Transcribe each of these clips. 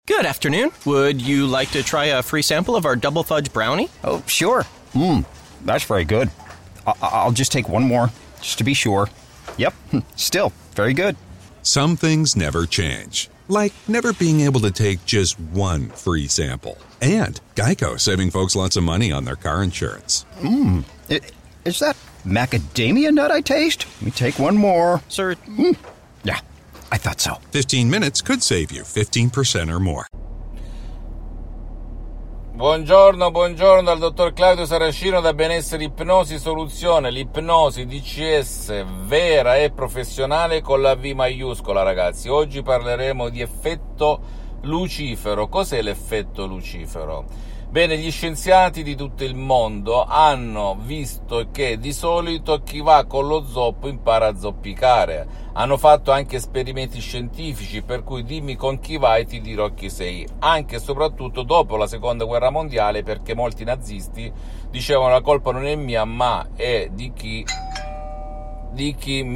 Good afternoon. Would you like to try a free sample of our double fudge brownie? Oh, sure. That's very good. I'll just take one more, just to be sure. Yep, still very good. Some things never change, like never being able to take just one free sample. And Geico saving folks lots of money on their car insurance. Is that macadamia nut I taste? Let me take one more. Sir, Yeah, I thought so. 15 minutes could save you 15% or more. Buongiorno dal dottor Claudio Saracino da Benessere Ipnosi Soluzione, l'ipnosi DCS vera e professionale con la V maiuscola, ragazzi. Oggi parleremo di effetto lucifero. Cos'è l'effetto lucifero? Bene, gli scienziati di tutto il mondo hanno visto che di solito chi va con lo zoppo impara a zoppicare. Hanno fatto anche esperimenti scientifici, per cui dimmi con chi vai e ti dirò chi sei. Anche e soprattutto dopo la seconda guerra mondiale, perché molti nazisti dicevano la colpa non è mia ma è di chi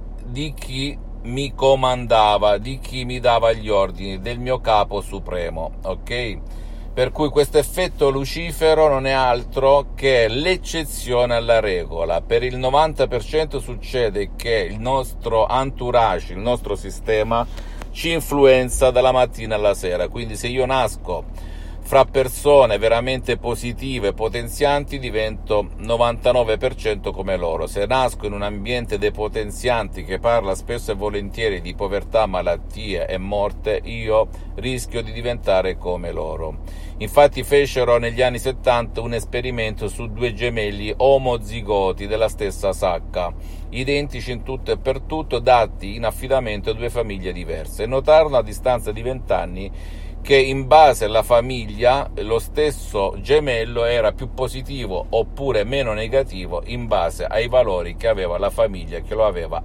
mi comandava, di chi mi dava gli ordini, del mio capo supremo, ok? Per cui questo effetto lucifero non è altro che l'eccezione alla regola. Per il 90% succede che il nostro entourage, il nostro sistema, ci influenza dalla mattina alla sera. Quindi se io nasco fra persone veramente positive, potenzianti, divento 99% come loro. Se nasco in un ambiente depotenzianti che parla spesso e volentieri di povertà, malattie e morte, io rischio di diventare come loro. Infatti fecero negli anni 70 un esperimento su 2 gemelli omozigoti della stessa sacca, identici in tutto e per tutto, dati in affidamento a 2 famiglie diverse, e notarono a distanza di 20 anni che in base alla famiglia lo stesso gemello era più positivo oppure meno negativo in base ai valori che aveva la famiglia che lo aveva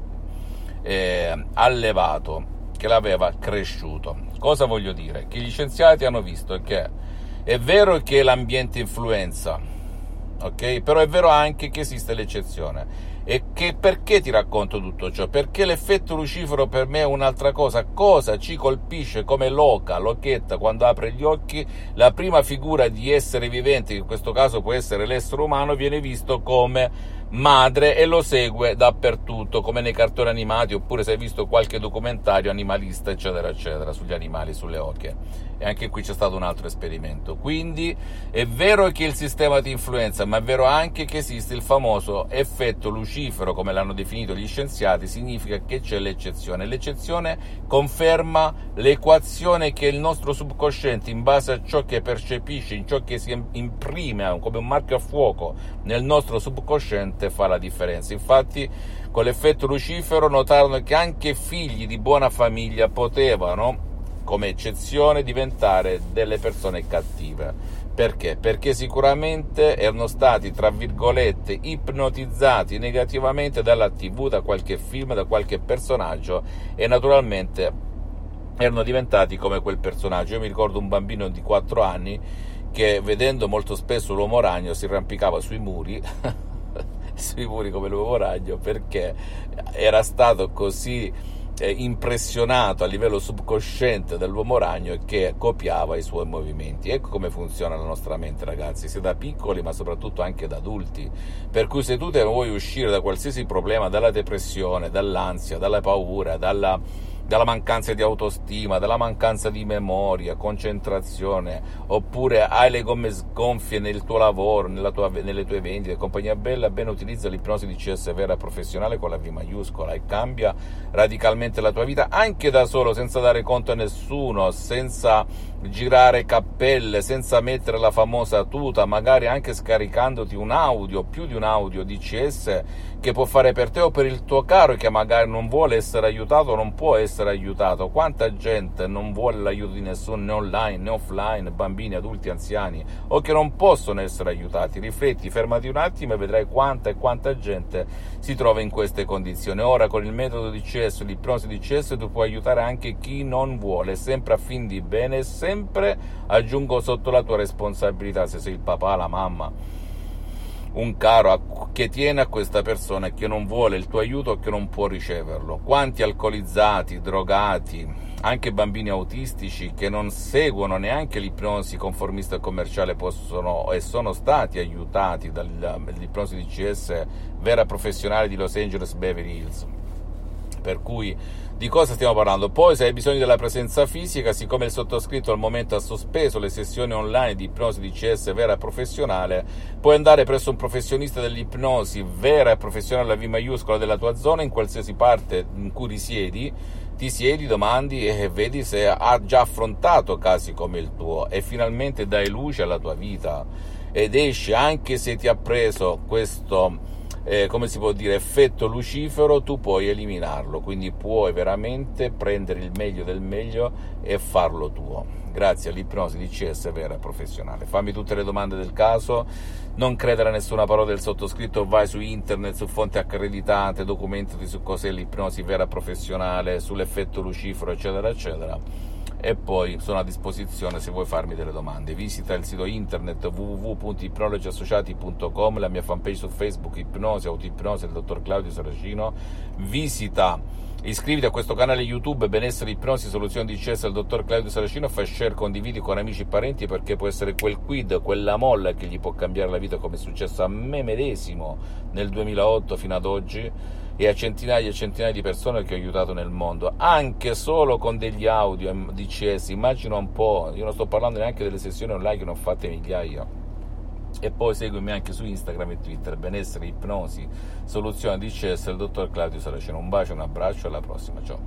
allevato, che l'aveva cresciuto. Cosa voglio dire? Che gli scienziati hanno visto che è vero che l'ambiente influenza, ok? Però è vero anche che esiste l'eccezione. E che perché ti racconto tutto ciò? Perché l'effetto lucifero per me è un'altra cosa. Cosa ci colpisce come lochetta, quando apre gli occhi? La prima figura di essere vivente, che in questo caso può essere l'essere umano, viene visto come madre e lo segue dappertutto, come nei cartoni animati, oppure se hai visto qualche documentario animalista, eccetera, eccetera, sugli animali, sulle oche. E anche qui c'è stato un altro esperimento. Quindi è vero che il sistema ti influenza, ma è vero anche che esiste il famoso effetto lucifero, come l'hanno definito gli scienziati. Significa che c'è l'eccezione. L'eccezione conferma l'equazione che il nostro subconsciente, in base a ciò che percepisce, in ciò che si imprime come un marchio a fuoco nel nostro subconsciente, fa la differenza. Infatti con l'effetto lucifero notarono che anche figli di buona famiglia potevano, come eccezione, diventare delle persone cattive. Perché? Perché sicuramente erano stati, tra virgolette, ipnotizzati negativamente dalla TV, da qualche film, da qualche personaggio, e naturalmente erano diventati come quel personaggio. Io mi ricordo un bambino di 4 anni che, vedendo molto spesso l'uomo ragno, si arrampicava sui muri sui muri come l'uomo ragno, perché era stato così impressionato a livello subconsciente dall'uomo ragno che copiava i suoi movimenti. Ecco come funziona la nostra mente, ragazzi, sia da piccoli ma soprattutto anche da adulti. Per cui se tu te vuoi uscire da qualsiasi problema, dalla depressione, dall'ansia, dalla paura, dalla mancanza di autostima, dalla mancanza di memoria, concentrazione, oppure hai le gomme sgonfie nel tuo lavoro, nelle tue vendite e compagnia bella, bene, utilizza l'ipnosi DCS vera professionale con la V maiuscola e cambia radicalmente la tua vita, anche da solo, senza dare conto a nessuno, senza girare cappelle, senza mettere la famosa tuta, magari anche scaricandoti un audio, più di un audio DCS che può fare per te o per il tuo caro che magari non vuole essere aiutato, non può essere aiutato. Quanta gente non vuole l'aiuto di nessuno, né online né offline, bambini, adulti, anziani, o che non possono essere aiutati. Rifletti, fermati un attimo e vedrai quanta gente si trova in queste condizioni. Ora con il metodo DCS, l'ipnosi DCS, tu puoi aiutare anche chi non vuole, sempre a fin di bene, sempre, aggiungo, sotto la tua responsabilità, se sei il papà, la mamma, un caro che tiene a questa persona e che non vuole il tuo aiuto o che non può riceverlo. Quanti alcolizzati, drogati, anche bambini autistici che non seguono neanche l'ipnosi conformista e commerciale possono e sono stati aiutati dall'ipnosi DCS vera professionale di Los Angeles Beverly Hills. Per cui di cosa stiamo parlando? Poi, se hai bisogno della presenza fisica, siccome il sottoscritto al momento ha sospeso le sessioni online di ipnosi DCS vera professionale, puoi andare presso un professionista dell'ipnosi vera e professionale, la V maiuscola, della tua zona, in qualsiasi parte in cui risiedi. Ti siedi, domandi e vedi se ha già affrontato casi come il tuo e finalmente dai luce alla tua vita ed esci, anche se ti ha preso questo come si può dire, effetto lucifero, tu puoi eliminarlo, quindi puoi veramente prendere il meglio del meglio e farlo tuo, grazie all'ipnosi DCS vera professionale. Fammi tutte le domande del caso, non credere a nessuna parola del sottoscritto, vai su internet, su fonti accreditate, documentati su cos'è l'ipnosi vera professionale, sull'effetto lucifero, eccetera eccetera, e poi sono a disposizione se vuoi farmi delle domande. Visita il sito internet www.ipnologiassociati.com, la mia fanpage su Facebook, Ipnosi, Autoipnosi, il dottor Claudio Saracino. Iscriviti a questo canale YouTube, Benessere, Ipnosi, Soluzioni DCS del dottor Claudio Saracino, fai share, condividi con amici e parenti, perché può essere quel quid, quella molla che gli può cambiare la vita, come è successo a me medesimo nel 2008 fino ad oggi, e a centinaia e centinaia di persone che ho aiutato nel mondo, anche solo con degli audio DCS. Immagina un po', io non sto parlando neanche delle sessioni online che ne ho fatte migliaia. E poi seguimi anche su Instagram e Twitter, Benessere, Ipnosi, Soluzione DCS del dottor Claudio Saracino. Un bacio, un abbraccio, alla prossima, ciao.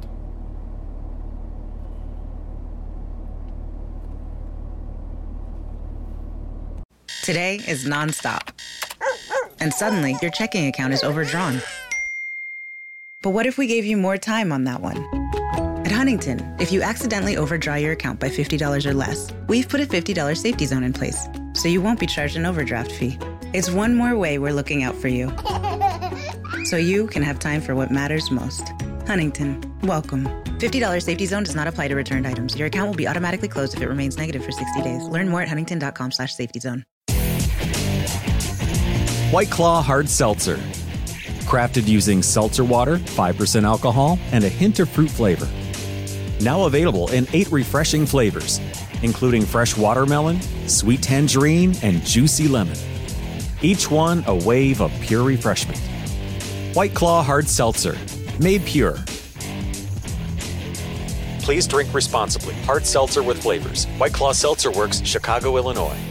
Today is nonstop. And suddenly your checking account is overdrawn. But what if we gave you more time on that one? At Huntington, if you accidentally overdraw your account by $50 or less, we've put a $50 safety zone in place, so you won't be charged an overdraft fee. It's one more way we're looking out for you, so you can have time for what matters most. Huntington, welcome. $50 safety zone does not apply to returned items. Your account will be automatically closed if it remains negative for 60 days. Learn more at huntington.com/safetyzone. White Claw Hard Seltzer. Crafted using seltzer water, 5% alcohol, and a hint of fruit flavor. Now available in 8 refreshing flavors, including fresh watermelon, sweet tangerine, and juicy lemon. Each one a wave of pure refreshment. White Claw Hard Seltzer, made pure. Please drink responsibly. Hard seltzer with flavors. White Claw Seltzer Works, Chicago, Illinois.